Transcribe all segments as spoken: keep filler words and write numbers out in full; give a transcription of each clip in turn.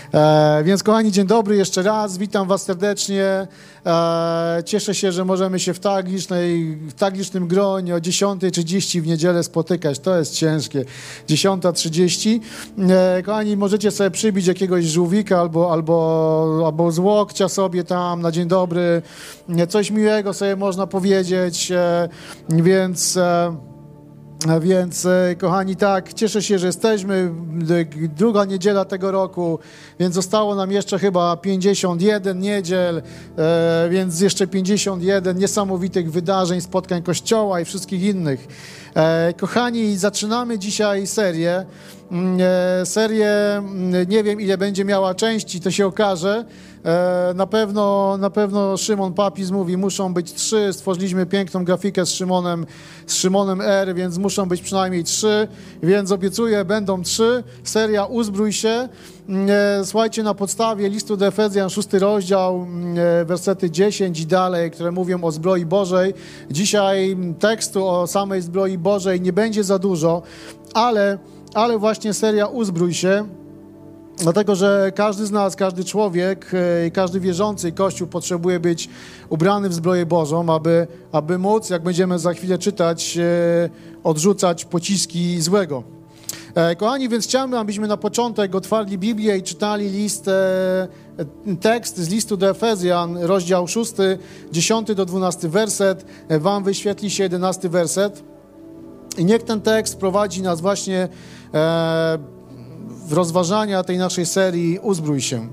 E, więc kochani, dzień dobry jeszcze raz, witam was serdecznie. E, cieszę się, że możemy się w tak, licznej, w tak licznym gronie o dziesiąta trzydzieści w niedzielę spotykać. To jest ciężkie. dziesiąta trzydzieści. E, kochani, możecie sobie przybić jakiegoś żółwika albo, albo, albo z łokcia sobie tam na dzień dobry. Coś miłego sobie można powiedzieć, e, więc... E, Więc, kochani, tak, cieszę się, że jesteśmy. Druga niedziela tego roku, więc zostało nam jeszcze chyba pięćdziesiąt jeden niedziel, e, więc jeszcze pięćdziesiąt jeden niesamowitych wydarzeń, spotkań Kościoła i wszystkich innych. E, kochani, zaczynamy dzisiaj serię. E, serię, nie wiem ile będzie miała części, to się okaże. E, na pewno, na pewno Szymon Papis mówi, muszą być trzy. Stworzyliśmy piękną grafikę z Szymonem, z Szymonem R, więc muszą być przynajmniej trzy, więc obiecuję, będą trzy. Seria Uzbrój się. E, słuchajcie, na podstawie listu do Efezjan, szósty rozdział, e, wersety dziesięć i dalej, które mówią o zbroi Bożej. Dzisiaj tekstu o samej zbroi Bożej nie będzie za dużo, ale, ale właśnie seria Uzbrój się. Dlatego, że każdy z nas, każdy człowiek, każdy wierzący Kościół potrzebuje być ubrany w zbroję Bożą, aby, aby móc, jak będziemy za chwilę czytać, odrzucać pociski złego. Kochani, więc chciałbym, abyśmy na początek otwarli Biblię i czytali list, tekst z listu do Efezjan, rozdział szósty, dziesiąty do dwunastego werset. Wam wyświetli się jedenasty werset. I niech ten tekst prowadzi nas właśnie e, w rozważania tej naszej serii Uzbrój się.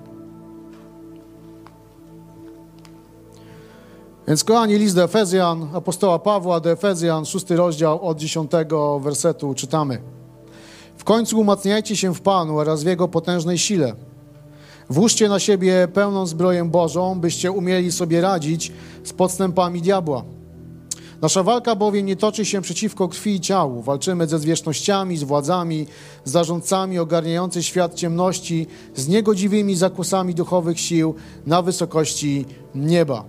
Więc kochani, list do Efezjan, apostoła Pawła do Efezjan, szósty rozdział od dziesiątego wersetu czytamy. W końcu umacniajcie się w Panu oraz w Jego potężnej sile. Włóżcie na siebie pełną zbroję Bożą, byście umieli sobie radzić z podstępami diabła. Nasza walka bowiem nie toczy się przeciwko krwi i ciału. Walczymy ze zwierzchnościami, z władzami, z zarządcami ogarniających świat ciemności, z niegodziwymi zakusami duchowych sił na wysokości nieba.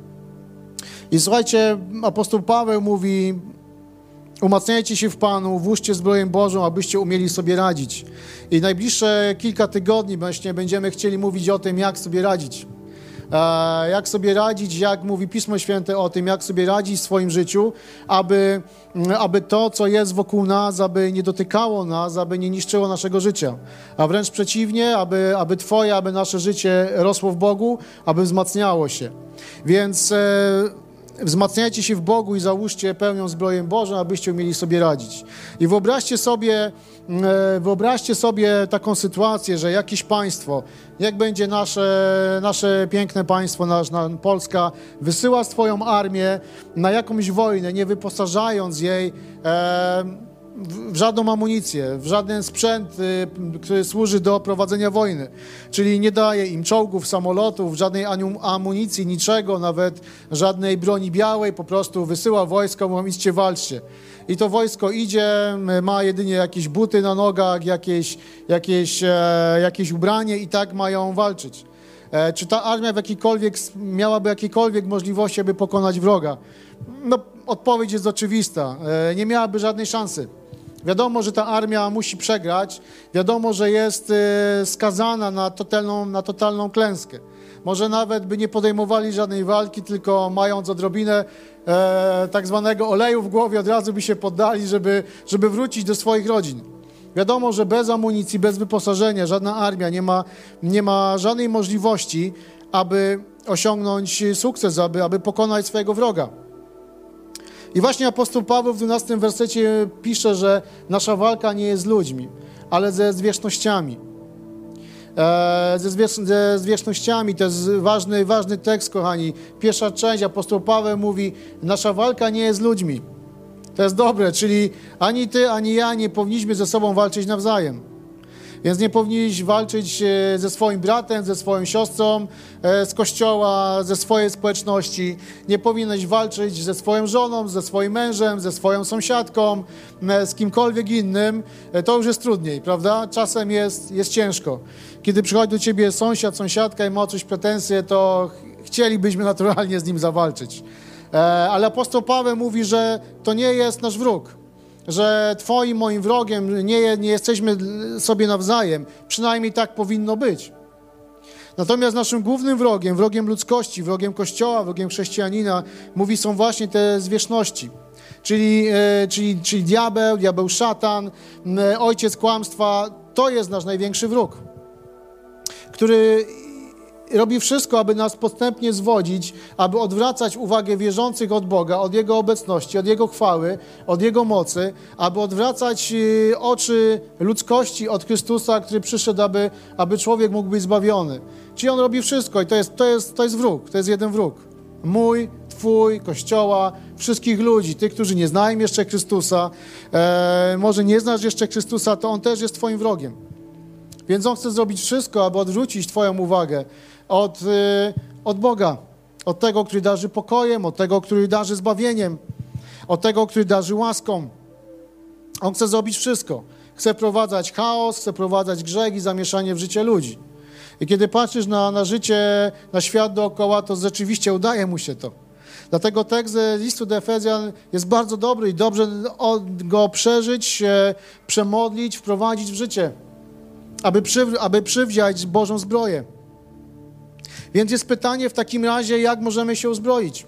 I słuchajcie, apostoł Paweł mówi, umacniajcie się w Panu, włóżcie zbroję Bożą, abyście umieli sobie radzić. I najbliższe kilka tygodni właśnie będziemy chcieli mówić o tym, jak sobie radzić. Jak sobie radzić, jak mówi Pismo Święte o tym, jak sobie radzić w swoim życiu, aby, aby to, co jest wokół nas, aby nie dotykało nas, aby nie niszczyło naszego życia. A wręcz przeciwnie, aby, aby Twoje, aby nasze życie rosło w Bogu, aby wzmacniało się. Więc e, wzmacniajcie się w Bogu i załóżcie pełnią zbroję Bożą, abyście umieli sobie radzić. I wyobraźcie sobie, Wyobraźcie sobie taką sytuację, że jakieś państwo, jak będzie nasze, nasze piękne państwo, nasz, na, Polska, wysyła swoją armię na jakąś wojnę, nie wyposażając jej e, w, w żadną amunicję, w żaden sprzęt, y, który służy do prowadzenia wojny. Czyli nie daje im czołgów, samolotów, żadnej amunicji, niczego, nawet żadnej broni białej, po prostu wysyła wojsko, mówią, idźcie, walczcie. I to wojsko idzie, ma jedynie jakieś buty na nogach, jakieś, jakieś, e, jakieś ubranie i tak mają walczyć. E, czy ta armia w jakikolwiek, miałaby jakiekolwiek możliwości, aby pokonać wroga? No, odpowiedź jest oczywista. E, nie miałaby żadnej szansy. Wiadomo, że ta armia musi przegrać. Wiadomo, że jest e, skazana na totalną, na totalną klęskę. Może nawet by nie podejmowali żadnej walki, tylko mając odrobinę e, tak zwanego oleju w głowie, od razu by się poddali, żeby, żeby wrócić do swoich rodzin. Wiadomo, że bez amunicji, bez wyposażenia żadna armia nie ma, nie ma żadnej możliwości, aby osiągnąć sukces, aby, aby pokonać swojego wroga. I właśnie apostoł Paweł w dwunastym wersecie pisze, że nasza walka nie jest z ludźmi, ale ze zwierzchnościami. E, ze, zwierz, ze zwierzchnościami, to jest ważny, ważny tekst, kochani. Pierwsza część, apostoł Paweł mówi, nasza walka nie jest z ludźmi. To jest dobre, czyli ani ty, ani ja nie powinniśmy ze sobą walczyć nawzajem. Więc nie powinniś walczyć ze swoim bratem, ze swoją siostrą, z kościoła, ze swojej społeczności. Nie powinieneś walczyć ze swoją żoną, ze swoim mężem, ze swoją sąsiadką, z kimkolwiek innym. To już jest trudniej, prawda? Czasem jest, jest ciężko. Kiedy przychodzi do ciebie sąsiad, sąsiadka i ma o coś pretensje, to chcielibyśmy naturalnie z nim zawalczyć. Ale apostoł Paweł mówi, że to nie jest nasz wróg. że twoim, moim wrogiem nie, nie jesteśmy sobie nawzajem. Przynajmniej tak powinno być. Natomiast naszym głównym wrogiem, wrogiem ludzkości, wrogiem Kościoła, wrogiem chrześcijanina, mówi, są właśnie te zwierzchności. Czyli, e, czyli, czyli diabeł, diabeł szatan, e, ojciec kłamstwa. To jest nasz największy wróg, który robi wszystko, aby nas podstępnie zwodzić, aby odwracać uwagę wierzących od Boga, od Jego obecności, od Jego chwały, od Jego mocy, aby odwracać oczy ludzkości od Chrystusa, który przyszedł, aby, aby człowiek mógł być zbawiony. Czyli on robi wszystko i to jest, to jest, to jest wróg, to jest jeden wróg. Mój, twój, Kościoła, wszystkich ludzi, tych, którzy nie znają jeszcze Chrystusa, e, może nie znasz jeszcze Chrystusa, to on też jest twoim wrogiem. Więc on chce zrobić wszystko, aby odwrócić twoją uwagę od, y, od Boga, od tego, który darzy pokojem, od tego, który darzy zbawieniem, od tego, który darzy łaską. On chce zrobić wszystko. Chce wprowadzać chaos, chce wprowadzać grzech i zamieszanie w życie ludzi. I kiedy patrzysz na, na życie, na świat dookoła, to rzeczywiście udaje mu się to. Dlatego tekst listu do Efezjan jest bardzo dobry i dobrze go przeżyć, przemodlić, wprowadzić w życie, aby, przy, aby przywdziać Bożą zbroję. Więc jest pytanie w takim razie, jak możemy się uzbroić?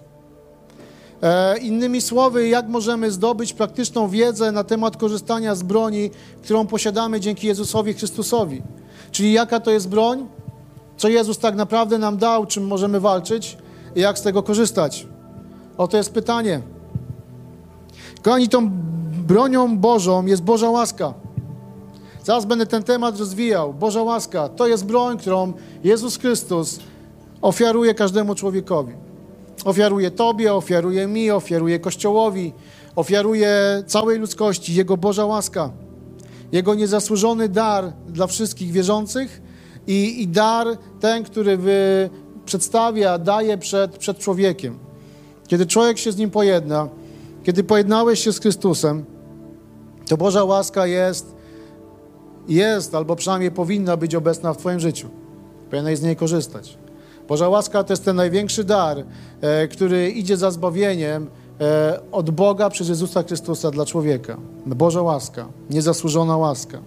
E, innymi słowy, jak możemy zdobyć praktyczną wiedzę na temat korzystania z broni, którą posiadamy dzięki Jezusowi Chrystusowi. Czyli jaka to jest broń, co Jezus tak naprawdę nam dał, czym możemy walczyć i jak z tego korzystać. Oto jest pytanie. Kochani, tą bronią Bożą jest Boża łaska. Zaraz będę ten temat rozwijał. Boża łaska to jest broń, którą Jezus Chrystus ofiaruje każdemu człowiekowi. Ofiaruje Tobie, ofiaruje mi, ofiaruje Kościołowi, ofiaruje całej ludzkości. Jego Boża łaska. Jego niezasłużony dar dla wszystkich wierzących i, i dar ten, który wy, przedstawia, daje przed, przed człowiekiem. Kiedy człowiek się z Nim pojedna, kiedy pojednałeś się z Chrystusem, to Boża łaska jest, jest albo przynajmniej powinna być obecna w Twoim życiu. Powinieneś z niej korzystać. Boża łaska to jest ten największy dar, e, który idzie za zbawieniem e, od Boga przez Jezusa Chrystusa dla człowieka. Boża łaska, niezasłużona łaska.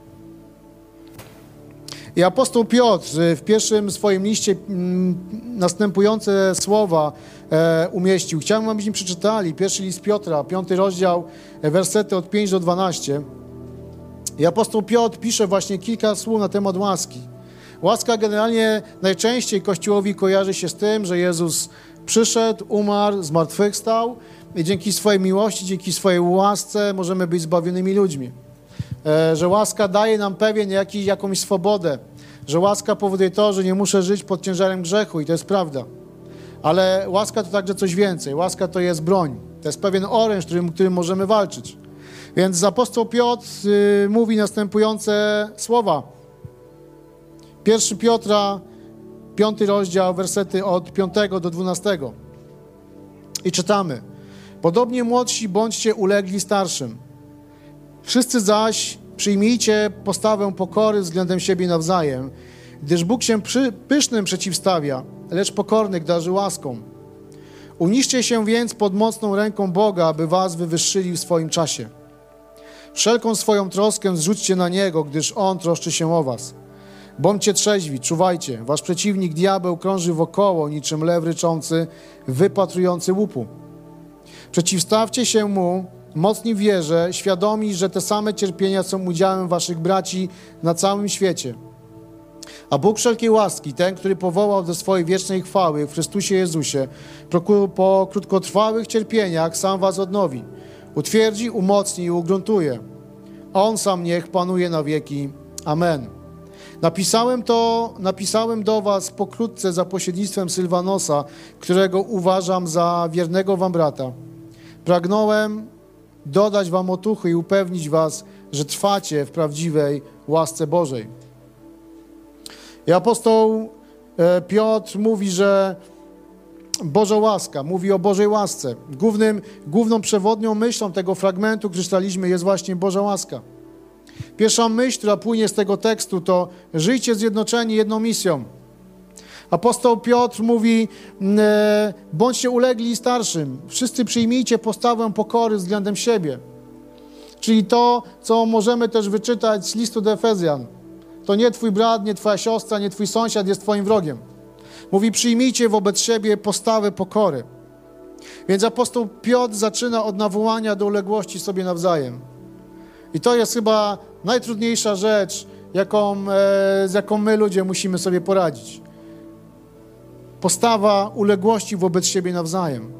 I apostoł Piotr w pierwszym swoim liście m, następujące słowa e, umieścił. Chciałbym, abyśmy przeczytali pierwszy list Piotra, piąty rozdział, wersety od piątego do dwunastego. I apostoł Piotr pisze właśnie kilka słów na temat łaski. Łaska generalnie najczęściej Kościołowi kojarzy się z tym, że Jezus przyszedł, umarł, zmartwychwstał i dzięki swojej miłości, dzięki swojej łasce możemy być zbawionymi ludźmi. E, że łaska daje nam pewien jakiś, jakąś swobodę, że łaska powoduje to, że nie muszę żyć pod ciężarem grzechu i to jest prawda. Ale łaska to także coś więcej. Łaska to jest broń. To jest pewien oręż, którym, którym możemy walczyć. Więc apostoł Piotr y, mówi następujące słowa. Pierwszy Piotra, piąty rozdział, wersety od piątego do dwunastego. I czytamy. Podobnie młodsi bądźcie ulegli starszym. Wszyscy zaś przyjmijcie postawę pokory względem siebie nawzajem, gdyż Bóg się przy, pysznym przeciwstawia, lecz pokornych darzy łaską. Uniszcie się więc pod mocną ręką Boga, aby was wywyższyli w swoim czasie. Wszelką swoją troskę zrzućcie na Niego, gdyż On troszczy się o was. Bądźcie trzeźwi, czuwajcie. Wasz przeciwnik diabeł krąży wokoło, niczym lew ryczący, wypatrujący łupu. Przeciwstawcie się Mu, mocni w wierze, świadomi, że te same cierpienia są udziałem waszych braci na całym świecie. A Bóg wszelkiej łaski, ten, który powołał do swojej wiecznej chwały w Chrystusie Jezusie, po krótkotrwałych cierpieniach sam was odnowi, utwierdzi, umocni i ugruntuje. On sam niech panuje na wieki. Amen. Napisałem to, napisałem do was pokrótce za pośrednictwem Sylwanosa, którego uważam za wiernego wam brata. Pragnąłem dodać wam otuchy i upewnić was, że trwacie w prawdziwej łasce Bożej. I apostoł Piotr mówi, że Boża łaska, mówi o Bożej łasce. Głównym, główną przewodnią myślą tego fragmentu, który czytaliśmy, jest właśnie Boża łaska. Pierwsza myśl, która płynie z tego tekstu, to żyjcie zjednoczeni jedną misją. Apostoł Piotr mówi, e, bądźcie ulegli starszym. Wszyscy przyjmijcie postawę pokory względem siebie. Czyli to, co możemy też wyczytać z listu do Efezjan. To nie twój brat, nie twoja siostra, nie twój sąsiad jest twoim wrogiem. Mówi, przyjmijcie wobec siebie postawę pokory. Więc apostoł Piotr zaczyna od nawołania do uległości sobie nawzajem. I to jest chyba najtrudniejsza rzecz, jaką, e, z jaką my ludzie musimy sobie poradzić. Postawa uległości wobec siebie nawzajem.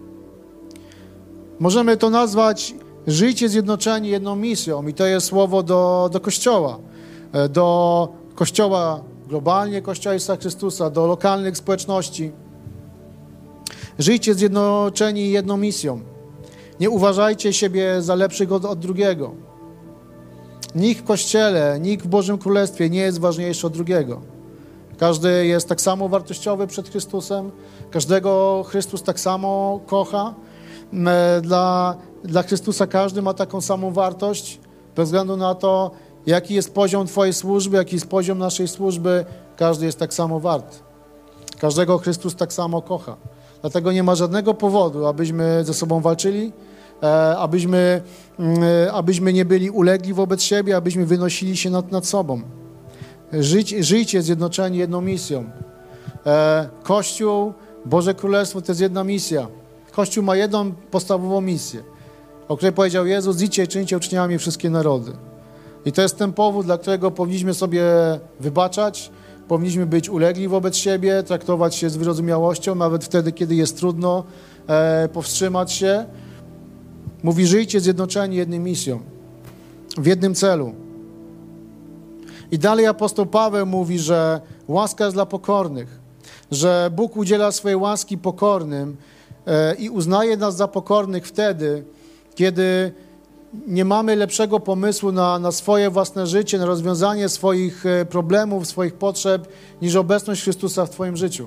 Możemy to nazwać żyjcie zjednoczeni jedną misją. I to jest słowo do, do Kościoła. E, do Kościoła globalnie, Kościoła Jezusa Chrystusa, do lokalnych społeczności. Żyjcie zjednoczeni jedną misją. Nie uważajcie siebie za lepszych od, od drugiego. Nikt w Kościele, nikt w Bożym Królestwie nie jest ważniejszy od drugiego. Każdy jest tak samo wartościowy przed Chrystusem. Każdego Chrystus tak samo kocha. Dla, dla Chrystusa każdy ma taką samą wartość. Bez względu na to, jaki jest poziom twojej służby, jaki jest poziom naszej służby, każdy jest tak samo wart. Każdego Chrystus tak samo kocha. Dlatego nie ma żadnego powodu, abyśmy ze sobą walczyli, e, abyśmy, e, abyśmy nie byli ulegli wobec siebie, abyśmy wynosili się nad, nad sobą. Żyć, żyjcie zjednoczeni jedną misją. E, Kościół, Boże Królestwo to jest jedna misja. Kościół ma jedną podstawową misję, o której powiedział Jezus: idźcie i czyńcie uczniami wszystkie narody. I to jest ten powód, dla którego powinniśmy sobie wybaczać, powinniśmy być ulegli wobec siebie, traktować się z wyrozumiałością, nawet wtedy, kiedy jest trudno, e, powstrzymać się. Mówi, żyjcie zjednoczeni jedną misją, w jednym celu. I dalej apostoł Paweł mówi, że łaska jest dla pokornych, że Bóg udziela swojej łaski pokornym e, i uznaje nas za pokornych wtedy, kiedy nie mamy lepszego pomysłu na, na swoje własne życie, na rozwiązanie swoich problemów, swoich potrzeb, niż obecność Chrystusa w twoim życiu.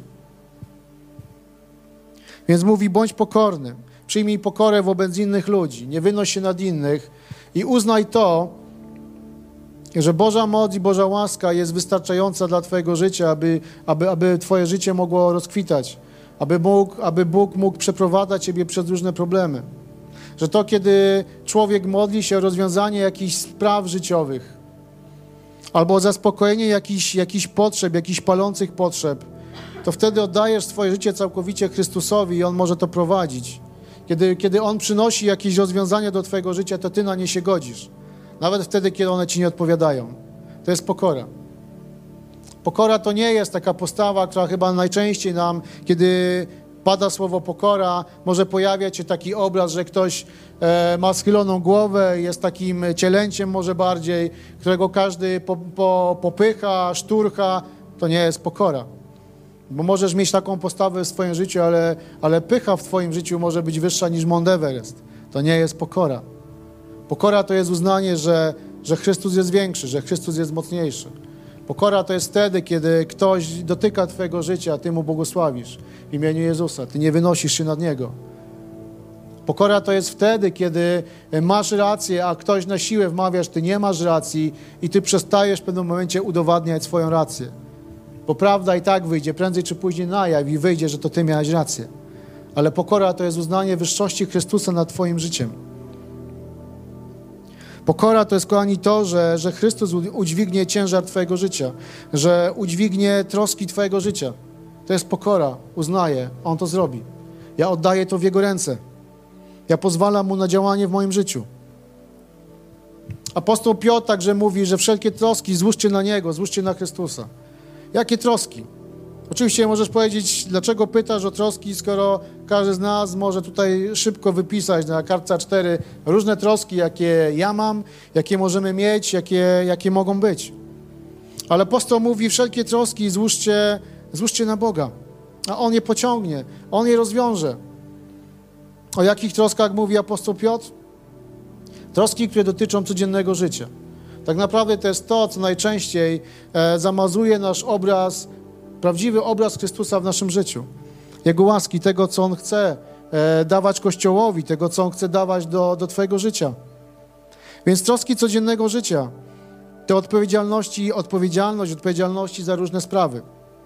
Więc mówi, bądź pokorny, przyjmij pokorę wobec innych ludzi, nie wynoś się nad innych i uznaj to, że Boża moc i Boża łaska jest wystarczająca dla twojego życia, aby, aby, aby twoje życie mogło rozkwitać, aby Bóg, aby Bóg mógł przeprowadzać ciebie przez różne problemy. Że to, kiedy człowiek modli się o rozwiązanie jakichś spraw życiowych albo o zaspokojenie jakichś, jakichś potrzeb, jakichś palących potrzeb, to wtedy oddajesz swoje życie całkowicie Chrystusowi i On może to prowadzić. Kiedy, kiedy On przynosi jakieś rozwiązania do twojego życia, to ty na nie się godzisz. Nawet wtedy, kiedy one ci nie odpowiadają. To jest pokora. Pokora to nie jest taka postawa, która chyba najczęściej nam, kiedy pada słowo pokora, może pojawiać się taki obraz, że ktoś e, ma schyloną głowę, jest takim cielęciem może bardziej, którego każdy po, po, popycha, szturcha. To nie jest pokora. Bo możesz mieć taką postawę w swoim życiu, ale, ale pycha w twoim życiu może być wyższa niż Mount Everest. To nie jest pokora. Pokora to jest uznanie, że, że Chrystus jest większy, że Chrystus jest mocniejszy. Pokora to jest wtedy, kiedy ktoś dotyka twojego życia, a ty mu błogosławisz w imieniu Jezusa. Ty nie wynosisz się nad Niego. Pokora to jest wtedy, kiedy masz rację, a ktoś na siłę wmawia, że ty nie masz racji i ty przestajesz w pewnym momencie udowadniać swoją rację. Bo prawda i tak wyjdzie, prędzej czy później na jaw i wyjdzie, że to ty miałeś rację. Ale pokora to jest uznanie wyższości Chrystusa nad twoim życiem. Pokora to jest, kochani, to, że, że Chrystus udźwignie ciężar twojego życia, że udźwignie troski twojego życia. To jest pokora. Uznaję, On to zrobi. Ja oddaję to w Jego ręce. Ja pozwalam Mu na działanie w moim życiu. Apostoł Piotr także mówi, że wszelkie troski złóżcie na Niego, złóżcie na Chrystusa. Jakie troski? Oczywiście możesz powiedzieć, dlaczego pytasz o troski, skoro każdy z nas może tutaj szybko wypisać na kartce A cztery różne troski, jakie ja mam, jakie możemy mieć, jakie, jakie mogą być. Ale apostoł mówi, wszelkie troski złóżcie, złóżcie na Boga, a On je pociągnie, On je rozwiąże. O jakich troskach mówi apostoł Piotr? Troski, które dotyczą codziennego życia. Tak naprawdę to jest to, co najczęściej e, zamazuje nasz obraz, prawdziwy obraz Chrystusa w naszym życiu. Jego łaski, tego, co On chce e, dawać Kościołowi, tego, co On chce dawać do, do twojego życia. Więc troski codziennego życia, te odpowiedzialności, odpowiedzialność, odpowiedzialności za różne sprawy.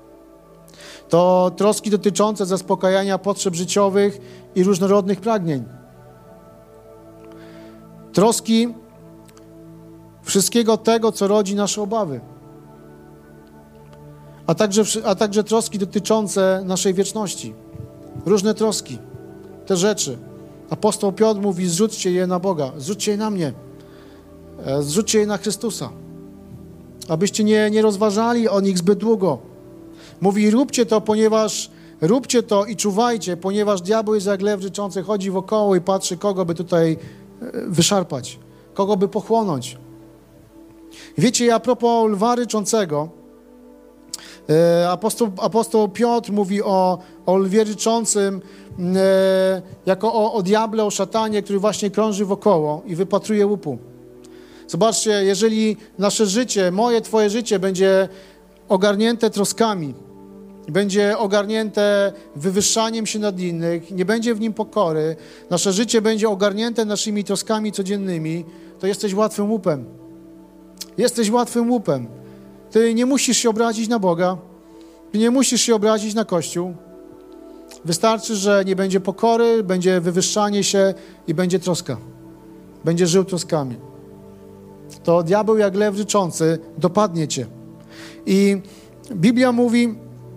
To troski dotyczące zaspokajania potrzeb życiowych i różnorodnych pragnień. Troski wszystkiego tego, co rodzi nasze obawy. A także, a także troski dotyczące naszej wieczności. Różne troski, te rzeczy. Apostoł Piotr mówi, zrzućcie je na Boga, zrzućcie je na mnie, zrzućcie je na Chrystusa, abyście nie, nie rozważali o nich zbyt długo. Mówi, róbcie to, ponieważ, róbcie to i czuwajcie, ponieważ diabeł jest jak lew ryczący, chodzi wokoło i patrzy, kogo by tutaj wyszarpać, kogo by pochłonąć. Wiecie, a propos lwa ryczącego, Apostoł, apostoł Piotr mówi o, o lwie ryczącym e, jako o, o diable, o szatanie, który właśnie krąży wokoło i wypatruje łupu. Zobaczcie, jeżeli nasze życie, moje, twoje życie będzie ogarnięte troskami, będzie ogarnięte wywyższaniem się nad innych, nie będzie w nim pokory, nasze życie będzie ogarnięte naszymi troskami codziennymi, to jesteś łatwym łupem. Jesteś łatwym łupem. Ty nie musisz się obrazić na Boga, ty nie musisz się obrazić na Kościół. Wystarczy, że nie będzie pokory, będzie wywyższanie się i będzie troska. Będzie żył troskami. To diabeł jak lew ryczący dopadnie cię. I Biblia mówi,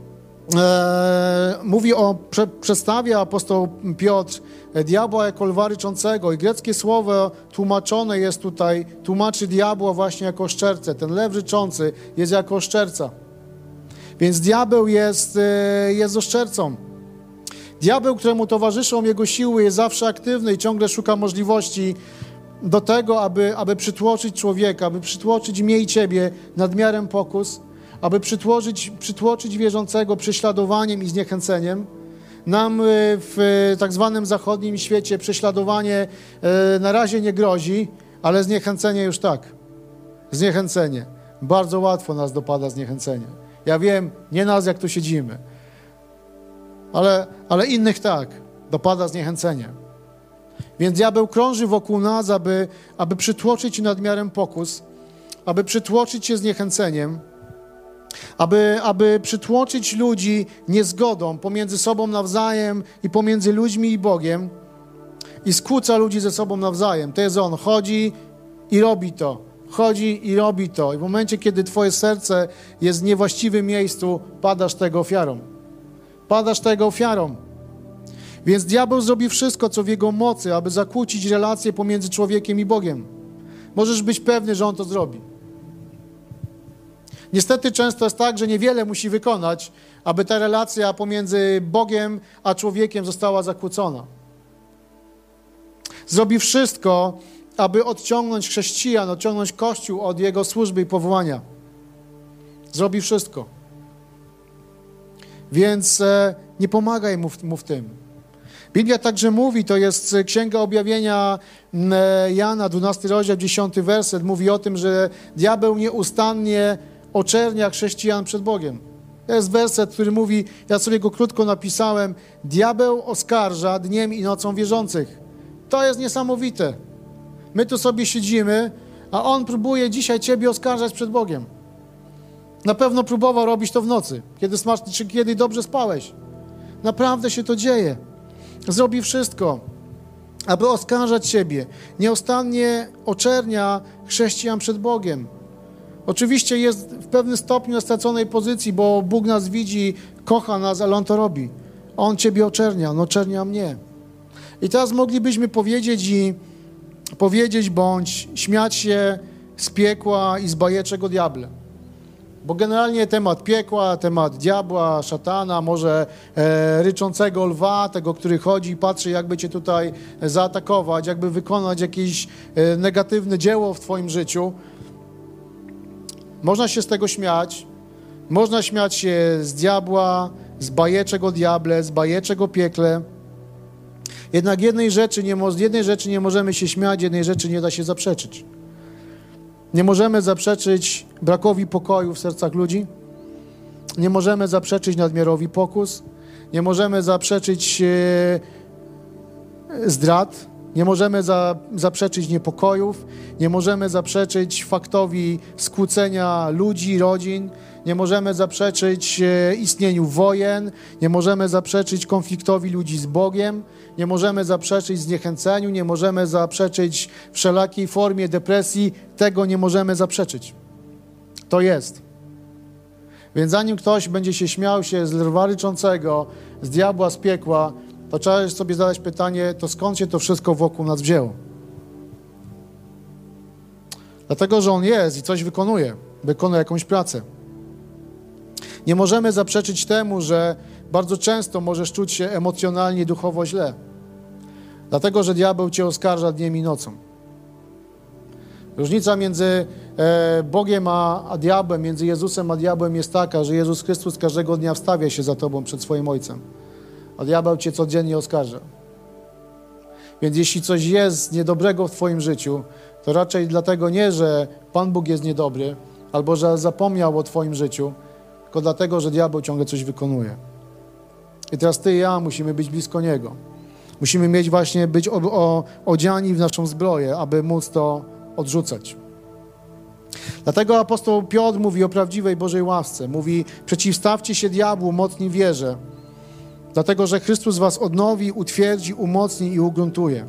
e, mówi o, prze, przedstawia apostoł Piotr diabła jako lwa ryczącego i greckie słowo tłumaczone jest tutaj, tłumaczy diabła właśnie jako oszczercę. Ten lew ryczący jest jako oszczerca. Więc diabeł jest, jest oszczercą. Diabeł, któremu towarzyszą jego siły, jest zawsze aktywny i ciągle szuka możliwości do tego, aby, aby przytłoczyć człowieka, aby przytłoczyć mnie i ciebie nadmiarem pokus, aby przytłoczyć, przytłoczyć wierzącego prześladowaniem i zniechęceniem. Nam w tak zwanym zachodnim świecie prześladowanie na razie nie grozi, ale zniechęcenie już tak. Zniechęcenie. Bardzo łatwo nas dopada zniechęcenie. Ja wiem, nie nas jak tu siedzimy, ale, ale innych tak. Dopada zniechęcenie. Więc diabeł krąży wokół nas, aby, aby przytłoczyć nadmiarem pokus, aby przytłoczyć się zniechęceniem, Aby, aby przytłoczyć ludzi niezgodą pomiędzy sobą nawzajem i pomiędzy ludźmi i Bogiem i skłóca ludzi ze sobą nawzajem. To jest on. Chodzi i robi to. Chodzi i robi to. I w momencie, kiedy twoje serce jest w niewłaściwym miejscu, padasz tego ofiarą. Padasz tego ofiarą. Więc diabeł zrobi wszystko, co w jego mocy, aby zakłócić relacje pomiędzy człowiekiem i Bogiem. Możesz być pewny, że on to zrobi. Niestety często jest tak, że niewiele musi wykonać, aby ta relacja pomiędzy Bogiem a człowiekiem została zakłócona. Zrobi wszystko, aby odciągnąć chrześcijan, odciągnąć Kościół od jego służby i powołania. Zrobi wszystko. Więc e, nie pomagaj mu w, mu w tym. Biblia także mówi, to jest Księga Objawienia e, Jana, dwunasty rozdział, dziesiąty werset, mówi o tym, że diabeł nieustannie oczernia chrześcijan przed Bogiem. To jest werset, który mówi, ja sobie go krótko napisałem, diabeł oskarża dniem i nocą wierzących. To jest niesamowite. My tu sobie siedzimy, a on próbuje dzisiaj ciebie oskarżać przed Bogiem. Na pewno próbował robić to w nocy, kiedy, smasz, czy kiedy dobrze spałeś. Naprawdę się to dzieje. Zrobi wszystko, aby oskarżać ciebie. Nieustannie oczernia chrześcijan przed Bogiem. Oczywiście jest w pewnym stopniu na straconej pozycji, bo Bóg nas widzi, kocha nas, ale On to robi. On ciebie oczernia, On oczernia mnie. I teraz moglibyśmy powiedzieć i powiedzieć bądź śmiać się z piekła i z bajeczek o diable. Bo generalnie temat piekła, temat diabła, szatana, może e, ryczącego lwa, tego, który chodzi i patrzy, jakby cię tutaj zaatakować, jakby wykonać jakieś e, negatywne dzieło w twoim życiu. Można się z tego śmiać, można śmiać się z diabła, z bajeczek o diable, z bajeczek o piekle. Jednak jednej rzeczy nie, z jednej rzeczy nie możemy się śmiać, jednej rzeczy nie da się zaprzeczyć. Nie możemy zaprzeczyć brakowi pokoju w sercach ludzi, nie możemy zaprzeczyć nadmiarowi pokus, nie możemy zaprzeczyć e, zdrad, nie możemy za, zaprzeczyć niepokojów, nie możemy zaprzeczyć faktowi skłócenia ludzi, rodzin, nie możemy zaprzeczyć e, istnieniu wojen, nie możemy zaprzeczyć konfliktowi ludzi z Bogiem, nie możemy zaprzeczyć zniechęceniu, nie możemy zaprzeczyć wszelakiej formie depresji. Tego nie możemy zaprzeczyć. To jest. Więc zanim ktoś będzie się śmiał się z lwa ryczącego, z diabła, z piekła, to trzeba sobie zadać pytanie, to skąd się to wszystko wokół nas wzięło? Dlatego, że On jest i coś wykonuje, wykonuje jakąś pracę. Nie możemy zaprzeczyć temu, że bardzo często możesz czuć się emocjonalnie, duchowo źle. Dlatego, że diabeł cię oskarża dniem i nocą. Różnica między e, Bogiem a, a diabłem, między Jezusem a diabłem jest taka, że Jezus Chrystus każdego dnia wstawia się za tobą przed swoim Ojcem, a diabeł cię codziennie oskarża. Więc jeśli coś jest niedobrego w twoim życiu, to raczej dlatego nie, że Pan Bóg jest niedobry, albo że zapomniał o twoim życiu, tylko dlatego, że diabeł ciągle coś wykonuje. I teraz ty i ja musimy być blisko Niego. Musimy mieć właśnie być o, o, odziani w naszą zbroję, aby móc to odrzucać. Dlatego apostoł Piotr mówi o prawdziwej Bożej łasce. Mówi, przeciwstawcie się diabłu, mocni wierze, dlatego, że Chrystus was odnowi, utwierdzi, umocni i ugruntuje.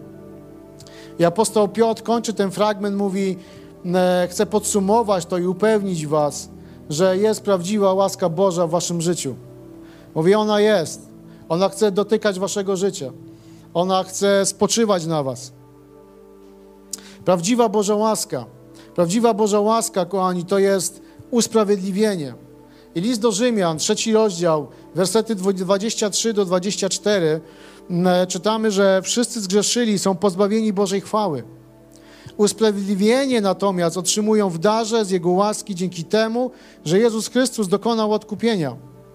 I apostoł Piotr kończy ten fragment, mówi, e, chcę podsumować to i upewnić was, że jest prawdziwa łaska Boża w waszym życiu. Mówi, ona jest. Ona chce dotykać waszego życia. Ona chce spoczywać na was. Prawdziwa Boża łaska. Prawdziwa Boża łaska, kochani, to jest usprawiedliwienie. I list do Rzymian, trzeci rozdział, wersety dwadzieścia trzy do dwudziestego czwartego, czytamy, że wszyscy zgrzeszyli, są pozbawieni Bożej chwały. Usprawiedliwienie natomiast otrzymują w darze z Jego łaski dzięki temu, że Jezus Chrystus dokonał odkupienia.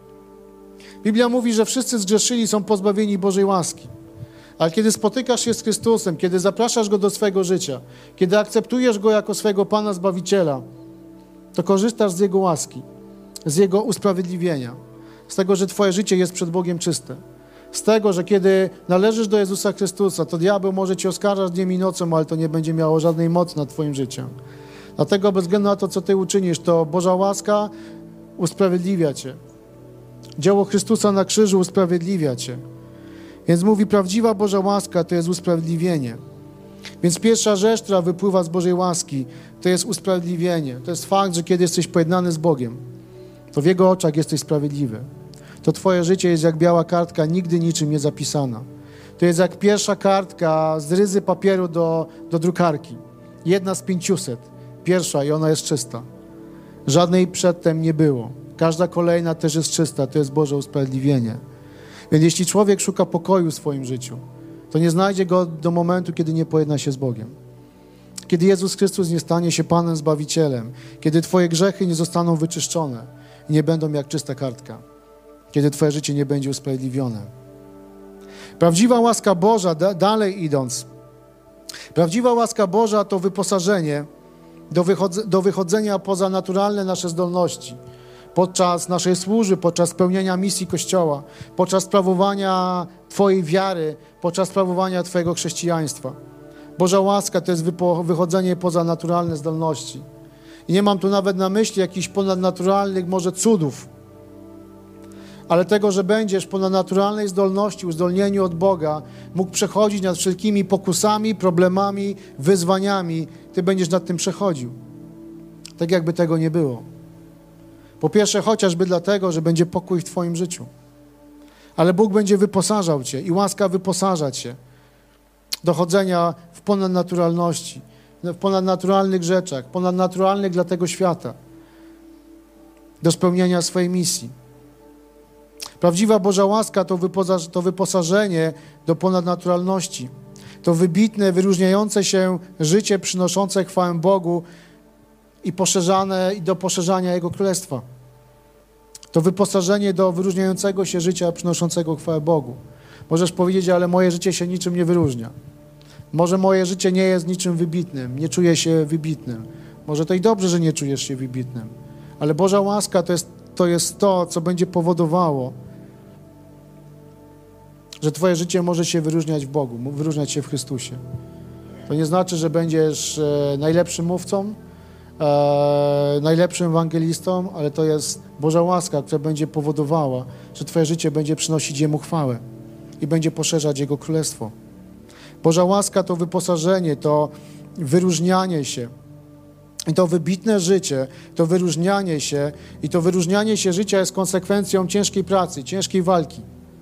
Biblia mówi, że wszyscy zgrzeszyli, są pozbawieni Bożej łaski. Ale kiedy spotykasz się z Chrystusem, kiedy zapraszasz Go do swojego życia, kiedy akceptujesz Go jako swojego Pana Zbawiciela, to korzystasz z Jego łaski, z Jego usprawiedliwienia, z tego, że twoje życie jest przed Bogiem czyste. Z tego, że kiedy należysz do Jezusa Chrystusa, to diabeł może cię oskarżać dniem i nocą, ale to nie będzie miało żadnej mocy nad twoim życiem. Dlatego bez względu na to, co ty uczynisz, to Boża łaska usprawiedliwia cię. Dzieło Chrystusa na krzyżu usprawiedliwia cię. Więc mówi, prawdziwa Boża łaska to jest usprawiedliwienie. Więc pierwsza rzecz, która wypływa z Bożej łaski, to jest usprawiedliwienie. To jest fakt, że kiedy jesteś pojednany z Bogiem, to w Jego oczach jesteś sprawiedliwy. To twoje życie jest jak biała kartka, nigdy niczym nie zapisana. To jest jak pierwsza kartka z ryzy papieru do, do drukarki. Jedna z pięciuset. Pierwsza i ona jest czysta. Żadnej przedtem nie było. Każda kolejna też jest czysta. To jest Boże usprawiedliwienie. Więc jeśli człowiek szuka pokoju w swoim życiu, to nie znajdzie go do momentu, kiedy nie pojedna się z Bogiem. Kiedy Jezus Chrystus nie stanie się Panem Zbawicielem, kiedy twoje grzechy nie zostaną wyczyszczone i nie będą jak czysta kartka. Kiedy twoje życie nie będzie usprawiedliwione. Prawdziwa łaska Boża, da, dalej idąc, prawdziwa łaska Boża to wyposażenie do, wychodze, do wychodzenia poza naturalne nasze zdolności, podczas naszej służby, podczas spełnienia misji Kościoła, podczas sprawowania twojej wiary, podczas sprawowania twojego chrześcijaństwa. Boża łaska to jest wypo, wychodzenie poza naturalne zdolności. I nie mam tu nawet na myśli jakichś ponadnaturalnych może cudów, ale tego, że będziesz po naturalnej zdolności, uzdolnieniu od Boga, mógł przechodzić nad wszelkimi pokusami, problemami, wyzwaniami. Ty będziesz nad tym przechodził. Tak jakby tego nie było. Po pierwsze, chociażby dlatego, że będzie pokój w twoim życiu. Ale Bóg będzie wyposażał cię i łaska wyposaża cię do chodzenia w ponadnaturalności, w ponadnaturalnych rzeczach, ponadnaturalnych dla tego świata, do spełnienia swojej misji. Prawdziwa Boża łaska to, wypoza- to wyposażenie do ponadnaturalności. To wybitne, wyróżniające się życie przynoszące chwałę Bogu i poszerzane i do poszerzania Jego Królestwa. To wyposażenie do wyróżniającego się życia przynoszącego chwałę Bogu. Możesz powiedzieć, ale moje życie się niczym nie wyróżnia. Może moje życie nie jest niczym wybitnym, nie czuję się wybitnym. Może to i dobrze, że nie czujesz się wybitnym. Ale Boża łaska to jest to, jest to co będzie powodowało, że twoje życie może się wyróżniać w Bogu, wyróżniać się w Chrystusie. To nie znaczy, że będziesz e, najlepszym mówcą, e, najlepszym ewangelistą, ale to jest Boża łaska, która będzie powodowała, że twoje życie będzie przynosić Jemu chwałę i będzie poszerzać Jego królestwo. Boża łaska to wyposażenie, to wyróżnianie się. I to wybitne życie, to wyróżnianie się i to wyróżnianie się życia jest konsekwencją ciężkiej pracy, ciężkiej walki.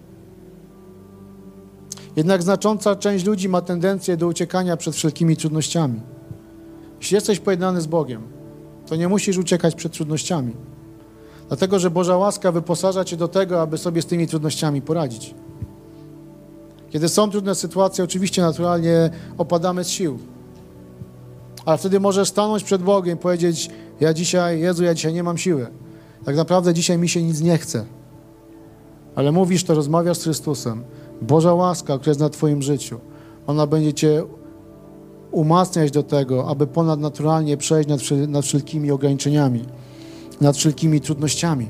Jednak znacząca część ludzi ma tendencję do uciekania przed wszelkimi trudnościami. Jeśli jesteś pojednany z Bogiem, to nie musisz uciekać przed trudnościami. Dlatego, że Boża łaska wyposaża cię do tego, aby sobie z tymi trudnościami poradzić. Kiedy są trudne sytuacje, oczywiście naturalnie opadamy z sił. Ale wtedy możesz stanąć przed Bogiem i powiedzieć: ja dzisiaj, Jezu, ja dzisiaj nie mam siły. Tak naprawdę dzisiaj mi się nic nie chce. Ale mówisz to, rozmawiasz z Chrystusem. Boża łaska, która jest na twoim życiu, ona będzie cię umacniać do tego, aby ponadnaturalnie przejść nad, nad wszelkimi ograniczeniami, nad wszelkimi trudnościami.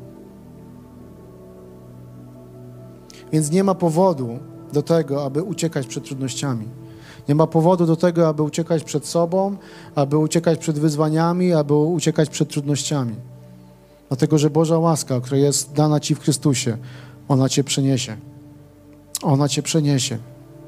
Więc nie ma powodu do tego, aby uciekać przed trudnościami. Nie ma powodu do tego, aby uciekać przed sobą, aby uciekać przed wyzwaniami, aby uciekać przed trudnościami. Dlatego, że Boża łaska, która jest dana ci w Chrystusie, ona cię przeniesie. Ona cię przeniesie.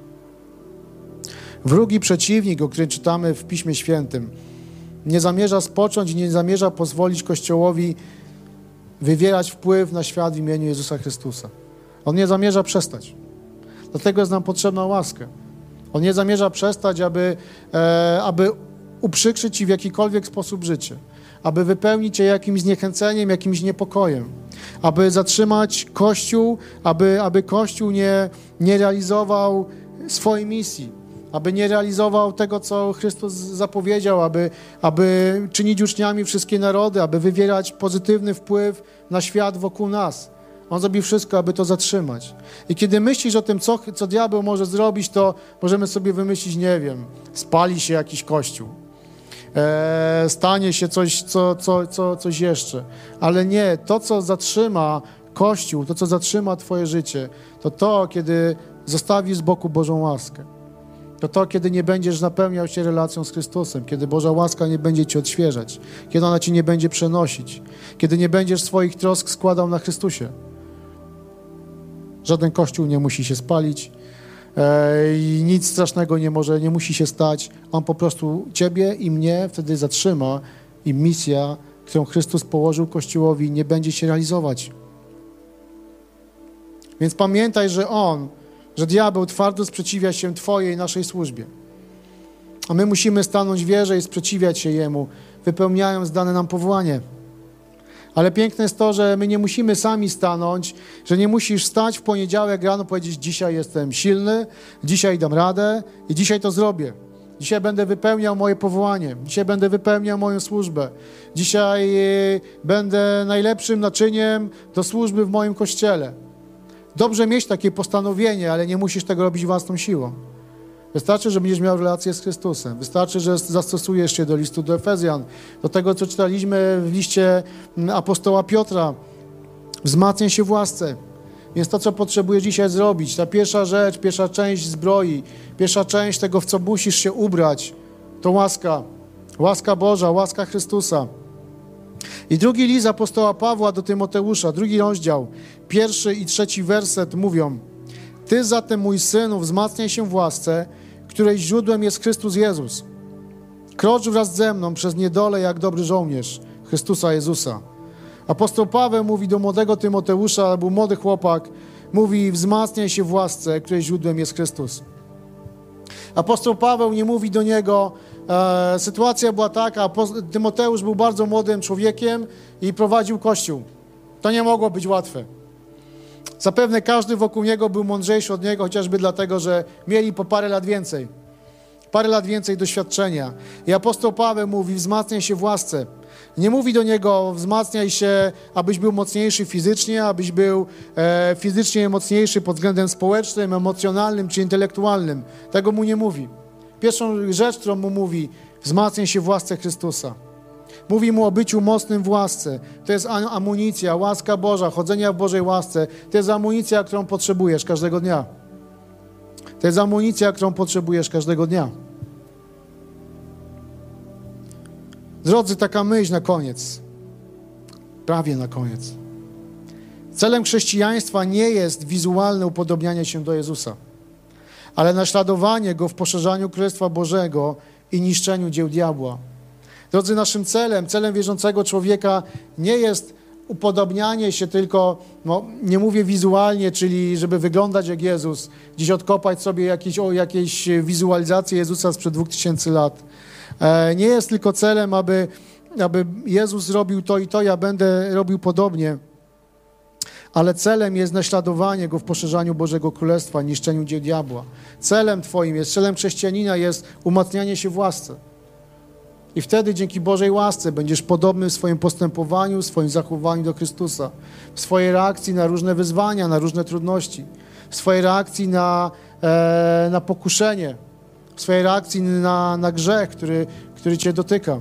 Wrógi przeciwnik, o którym czytamy w Piśmie Świętym, nie zamierza spocząć i nie zamierza pozwolić Kościołowi wywierać wpływ na świat w imieniu Jezusa Chrystusa. On nie zamierza przestać. Dlatego jest nam potrzebna łaska. On nie zamierza przestać, aby, e, aby uprzykrzyć ci w jakikolwiek sposób życie, aby wypełnić cię jakimś zniechęceniem, jakimś niepokojem, aby zatrzymać Kościół, aby, aby Kościół nie, nie realizował swojej misji, aby nie realizował tego, co Chrystus zapowiedział, aby, aby czynić uczniami wszystkie narody, aby wywierać pozytywny wpływ na świat wokół nas. On zrobi wszystko, aby to zatrzymać. I kiedy myślisz o tym, co, co diabeł może zrobić, to możemy sobie wymyślić, nie wiem, spali się jakiś kościół, e, stanie się coś, co, co, co, coś jeszcze. Ale nie, to, co zatrzyma Kościół, to, co zatrzyma twoje życie, to to, kiedy zostawisz z boku Bożą łaskę. To to, kiedy nie będziesz napełniał się relacją z Chrystusem, kiedy Boża łaska nie będzie cię odświeżać, kiedy ona ci nie będzie przenosić, kiedy nie będziesz swoich trosk składał na Chrystusie. Żaden kościół nie musi się spalić e, i nic strasznego nie może, nie musi się stać. On po prostu ciebie i mnie wtedy zatrzyma i misja, którą Chrystus położył Kościołowi, nie będzie się realizować. Więc pamiętaj, że On, że diabeł twardo sprzeciwia się twojej, naszej służbie. A my musimy stanąć w wierze i sprzeciwiać się Jemu, wypełniając dane nam powołanie. Ale piękne jest to, że my nie musimy sami stanąć, że nie musisz stać w poniedziałek rano, powiedzieć: dzisiaj jestem silny, dzisiaj dam radę i dzisiaj to zrobię. Dzisiaj będę wypełniał moje powołanie, dzisiaj będę wypełniał moją służbę. Dzisiaj będę najlepszym naczyniem do służby w moim kościele. Dobrze mieć takie postanowienie, ale nie musisz tego robić własną siłą. Wystarczy, że będziesz miał relację z Chrystusem. Wystarczy, że zastosujesz się do listu do Efezjan, do tego, co czytaliśmy w liście apostoła Piotra. Wzmacniaj się w łasce. Więc to, co potrzebujesz dzisiaj zrobić, ta pierwsza rzecz, pierwsza część zbroi, pierwsza część tego, w co musisz się ubrać, to łaska. Łaska Boża, łaska Chrystusa. I drugi list apostoła Pawła do Tymoteusza, drugi rozdział, pierwszy i trzeci werset mówią: Ty zatem, mój synu, wzmacniaj się w łasce, której źródłem jest Chrystus Jezus. Krocz wraz ze mną przez niedolę jak dobry żołnierz Chrystusa Jezusa. Apostoł Paweł mówi do młodego Tymoteusza, albo młody chłopak, mówi: wzmacniaj się w łasce, której źródłem jest Chrystus. Apostoł Paweł nie mówi do niego, e, sytuacja była taka, Tymoteusz był bardzo młodym człowiekiem i prowadził Kościół. To nie mogło być łatwe. Zapewne każdy wokół niego był mądrzejszy od niego, chociażby dlatego, że mieli po parę lat więcej. Parę lat więcej doświadczenia. I apostoł Paweł mówi: wzmacniaj się w łasce. Nie mówi do niego: wzmacniaj się, abyś był mocniejszy fizycznie, abyś był e, fizycznie mocniejszy pod względem społecznym, emocjonalnym czy intelektualnym. Tego mu nie mówi. Pierwszą rzecz, którą mu mówi: wzmacniaj się w łasce Chrystusa. Mówi mu o byciu mocnym w łasce. To jest amunicja, łaska Boża, chodzenia w Bożej łasce. To jest amunicja, którą potrzebujesz każdego dnia. To jest amunicja, którą potrzebujesz każdego dnia. Drodzy, taka myśl na koniec. Prawie na koniec. Celem chrześcijaństwa nie jest wizualne upodobnianie się do Jezusa, ale naśladowanie Go w poszerzaniu Królestwa Bożego i niszczeniu dzieł diabła. Drodzy, naszym celem, celem wierzącego człowieka nie jest upodobnianie się tylko, no, nie mówię wizualnie, czyli żeby wyglądać jak Jezus, gdzieś odkopać sobie jakieś, o, jakieś wizualizacje Jezusa sprzed dwóch tysięcy lat. E, nie jest tylko celem, aby, aby Jezus robił to i to, ja będę robił podobnie, ale celem jest naśladowanie Go w poszerzaniu Bożego Królestwa, niszczeniu dzieł diabła. Celem Twoim jest, celem chrześcijanina jest umacnianie się w łasce. I wtedy dzięki Bożej łasce będziesz podobny w swoim postępowaniu, w swoim zachowaniu do Chrystusa, w swojej reakcji na różne wyzwania, na różne trudności, w swojej reakcji na, e, na pokuszenie, w swojej reakcji na, na grzech, który, który Cię dotyka.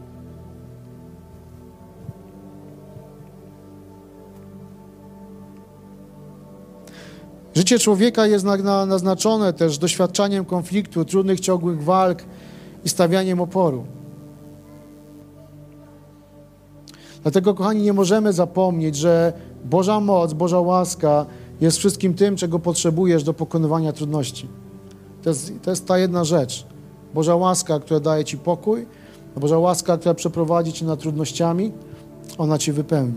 Życie człowieka jest na, na, naznaczone też doświadczaniem konfliktu, trudnych, ciągłych walk i stawianiem oporu. Dlatego, kochani, nie możemy zapomnieć, że Boża moc, Boża łaska jest wszystkim tym, czego potrzebujesz do pokonywania trudności. To jest, to jest ta jedna rzecz. Boża łaska, która daje Ci pokój, Boża łaska, która przeprowadzi Cię nad trudnościami, ona Cię wypełni.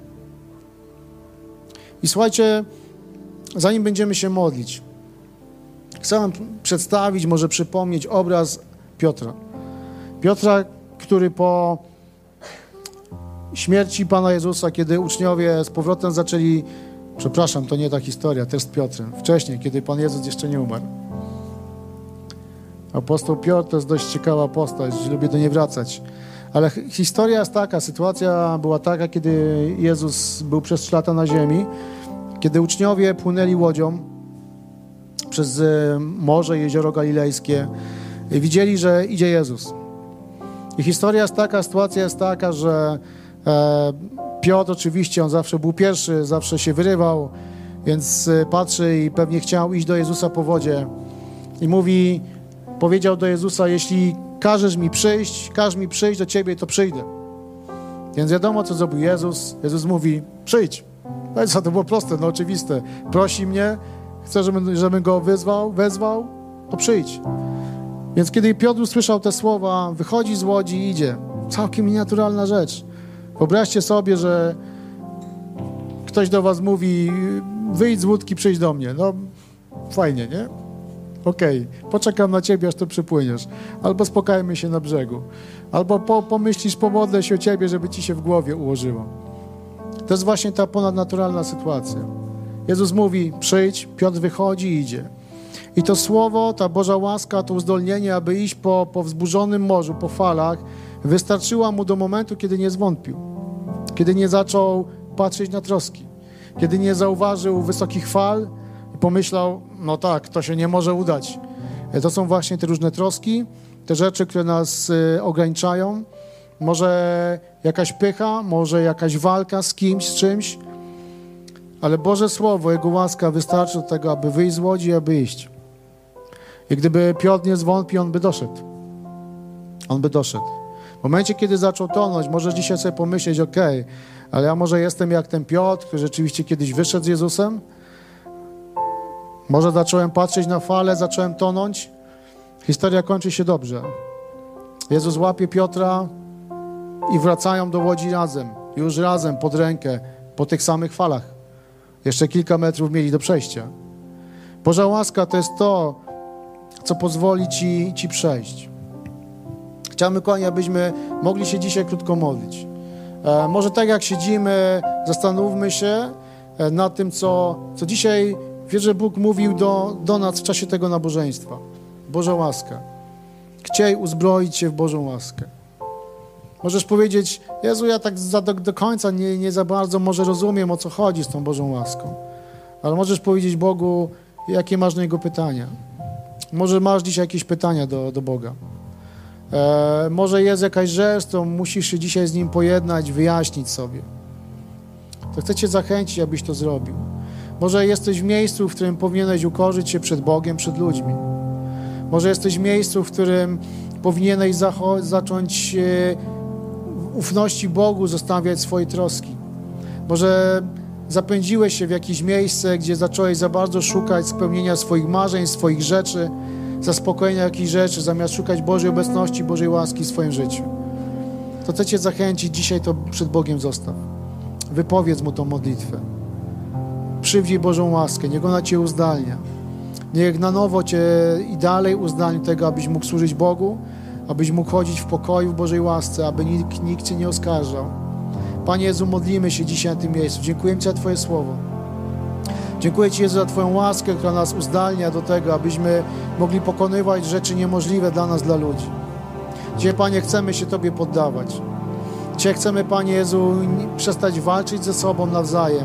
I słuchajcie, zanim będziemy się modlić, chcę wam przedstawić, może przypomnieć obraz Piotra. Piotra, który po śmierci Pana Jezusa, kiedy uczniowie z powrotem zaczęli, przepraszam, to nie ta historia, też z Piotrem, wcześniej, kiedy Pan Jezus jeszcze nie umarł. Apostoł Piotr to jest dość ciekawa postać, lubię do niej wracać. Ale historia jest taka, sytuacja była taka, kiedy Jezus był przez trzy lata na ziemi, kiedy uczniowie płynęli łodzią przez morze, jezioro galilejskie, widzieli, że idzie Jezus. I historia jest taka, sytuacja jest taka, że e, Piotr oczywiście, on zawsze był pierwszy, zawsze się wyrywał, więc patrzy i pewnie chciał iść do Jezusa po wodzie. I mówi, powiedział do Jezusa, jeśli każesz mi przyjść, każ mi przyjść do Ciebie, to przyjdę. Więc wiadomo, co zrobił Jezus. Jezus mówi, przyjdź. No i co, to było proste, no oczywiste. Prosi mnie, chce, żebym, żebym go wyzwał, wezwał, to przyjdź. Więc kiedy Piotr usłyszał te słowa, wychodzi z łodzi i idzie. Całkiem nienaturalna rzecz. Wyobraźcie sobie, że ktoś do was mówi, wyjdź z łódki, przyjdź do mnie. No, fajnie, nie? Okej, okay. Poczekam na ciebie, aż to przypłyniesz. Albo spotkajmy się na brzegu. Albo po, pomyślisz, pomodlę się o ciebie, żeby ci się w głowie ułożyło. To jest właśnie ta ponadnaturalna sytuacja. Jezus mówi, przyjdź, Piotr wychodzi i idzie. I to słowo, ta Boża łaska, to uzdolnienie, aby iść po, po wzburzonym morzu, po falach, wystarczyła mu do momentu, kiedy nie zwątpił. Kiedy nie zaczął patrzeć na troski. Kiedy nie zauważył wysokich fal i pomyślał, no tak, to się nie może udać. To są właśnie te różne troski, te rzeczy, które nas y, ograniczają. Może jakaś pycha, może jakaś walka z kimś, z czymś, ale Boże Słowo, Jego łaska wystarczy do tego, aby wyjść z łodzi, aby iść. I gdyby Piotr nie zwątpił, on by doszedł. On by doszedł. W momencie, kiedy zaczął tonąć, możesz dzisiaj sobie pomyśleć, okej, okay, ale ja może jestem jak ten Piotr, który rzeczywiście kiedyś wyszedł z Jezusem. Może zacząłem patrzeć na falę, zacząłem tonąć. Historia kończy się dobrze. Jezus łapie Piotra i wracają do łodzi razem. Już razem, pod rękę, po tych samych falach. Jeszcze kilka metrów mieli do przejścia. Boża łaska to jest to, co pozwoli ci, ci przejść. Chciałbym, kochani, abyśmy mogli się dzisiaj krótko modlić. E, może tak jak siedzimy, zastanówmy się e, nad tym, co, co dzisiaj, wierzę, że Bóg mówił do, do nas w czasie tego nabożeństwa. Boża łaska. Chciej uzbroić się w Bożą łaskę. Możesz powiedzieć, Jezu, ja tak za, do, do końca nie, nie za bardzo może rozumiem, o co chodzi z tą Bożą łaską. Ale możesz powiedzieć Bogu, jakie masz na Niego pytania. Może masz dzisiaj jakieś pytania do, do Boga. E, może jest jakaś rzecz, którą musisz się dzisiaj z Nim pojednać, wyjaśnić sobie. To chcę Cię zachęcić, abyś to zrobił. Może jesteś w miejscu, w którym powinieneś ukorzyć się przed Bogiem, przed ludźmi. Może jesteś w miejscu, w którym powinieneś zacho- zacząć e, ufności Bogu zostawiać swoje troski. Może zapędziłeś się w jakieś miejsce, gdzie zacząłeś za bardzo szukać spełnienia swoich marzeń, swoich rzeczy, zaspokojenia jakichś rzeczy, zamiast szukać Bożej obecności, Bożej łaski w swoim życiu. To chcę Cię zachęcić, dzisiaj to przed Bogiem zostaw. Wypowiedz Mu tą modlitwę. Przywdziej Bożą łaskę, niech ona Cię uzdalnia. Niech na nowo Cię i dalej uzdalni tego, abyś mógł służyć Bogu, abyś mógł chodzić w pokoju, w Bożej łasce, aby nikt, nikt Cię nie oskarżał. Panie Jezu, modlimy się dzisiaj na tym miejscu. Dziękuję Ci za Twoje słowo. Dziękuję Ci, Jezu, za Twoją łaskę, która nas uzdalnia do tego, abyśmy mogli pokonywać rzeczy niemożliwe dla nas, dla ludzi. Dzisiaj, Panie, chcemy się Tobie poddawać. Dzisiaj chcemy, Panie Jezu, przestać walczyć ze sobą nawzajem,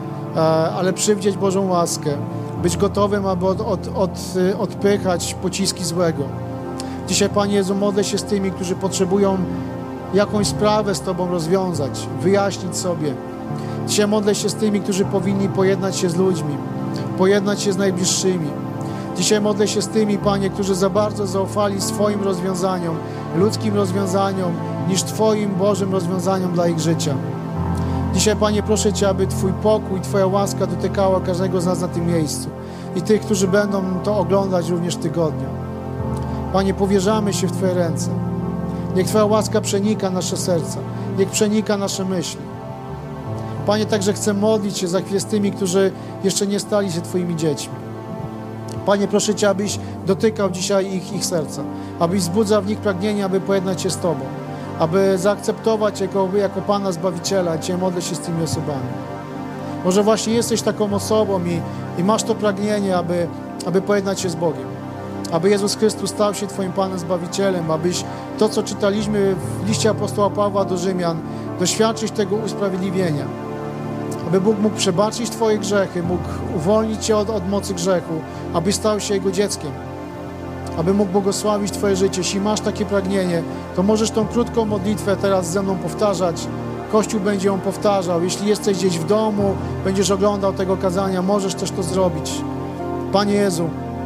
ale przywdzieć Bożą łaskę, być gotowym, aby od, od, od, odpychać pociski złego. Dzisiaj, Panie Jezu, modlę się z tymi, którzy potrzebują jakąś sprawę z Tobą rozwiązać, wyjaśnić sobie. Dzisiaj modlę się z tymi, którzy powinni pojednać się z ludźmi, pojednać się z najbliższymi. Dzisiaj modlę się z tymi, Panie, którzy za bardzo zaufali swoim rozwiązaniom, ludzkim rozwiązaniom, niż Twoim Bożym rozwiązaniom dla ich życia. Dzisiaj, Panie, proszę Cię, aby Twój pokój, Twoja łaska dotykała każdego z nas na tym miejscu i tych, którzy będą to oglądać również w tygodniu. Panie, powierzamy się w Twoje ręce. Niech Twoja łaska przenika nasze serca, niech przenika nasze myśli. Panie, także chcę modlić się za chwilę z tymi, którzy jeszcze nie stali się Twoimi dziećmi. Panie, proszę Cię, abyś dotykał dzisiaj ich, ich serca, abyś wzbudzał w nich pragnienie, aby pojednać się z Tobą, aby zaakceptować Cię jako, jako Pana Zbawiciela. Cię modlę się z tymi osobami. Może właśnie jesteś taką osobą i, i masz to pragnienie, aby, aby pojednać się z Bogiem. Aby Jezus Chrystus stał się Twoim Panem Zbawicielem, abyś to, co czytaliśmy w liście apostoła Pawła do Rzymian, doświadczyć tego usprawiedliwienia. Aby Bóg mógł przebaczyć Twoje grzechy, mógł uwolnić Cię od, od mocy grzechu, abyś stał się Jego dzieckiem. Aby mógł błogosławić Twoje życie. Jeśli masz takie pragnienie, to możesz tą krótką modlitwę teraz ze mną powtarzać. Kościół będzie ją powtarzał. Jeśli jesteś gdzieś w domu, będziesz oglądał tego kazania, możesz też to zrobić. Panie Jezu,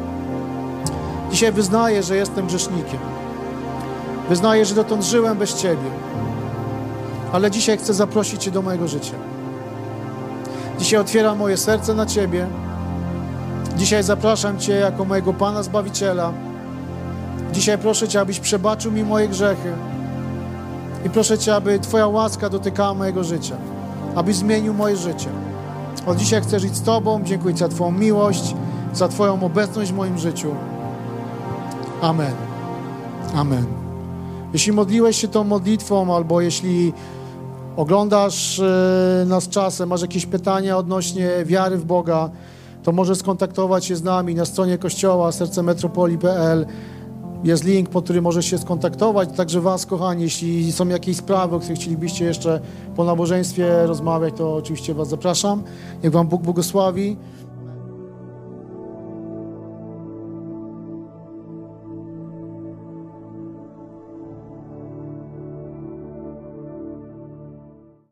dzisiaj wyznaję, że jestem grzesznikiem. Wyznaję, że dotąd żyłem bez Ciebie. Ale dzisiaj chcę zaprosić Cię do mojego życia. Dzisiaj otwieram moje serce na Ciebie. Dzisiaj zapraszam Cię jako mojego Pana Zbawiciela. Dzisiaj proszę Cię, abyś przebaczył mi moje grzechy. I proszę Cię, aby Twoja łaska dotykała mojego życia. Abyś zmienił moje życie. Od dzisiaj chcę żyć z Tobą. Dziękuję Ci za Twoją miłość, za Twoją obecność w moim życiu. Amen. Amen. Jeśli modliłeś się tą modlitwą, albo jeśli oglądasz nas czasem, masz jakieś pytania odnośnie wiary w Boga, to możesz skontaktować się z nami na stronie Kościoła serce metropolii kropka p l. Jest link, po którym możesz się skontaktować. Także Was, kochani, jeśli są jakieś sprawy, o których chcielibyście jeszcze po nabożeństwie rozmawiać, to oczywiście Was zapraszam. Niech Wam Bóg błogosławi.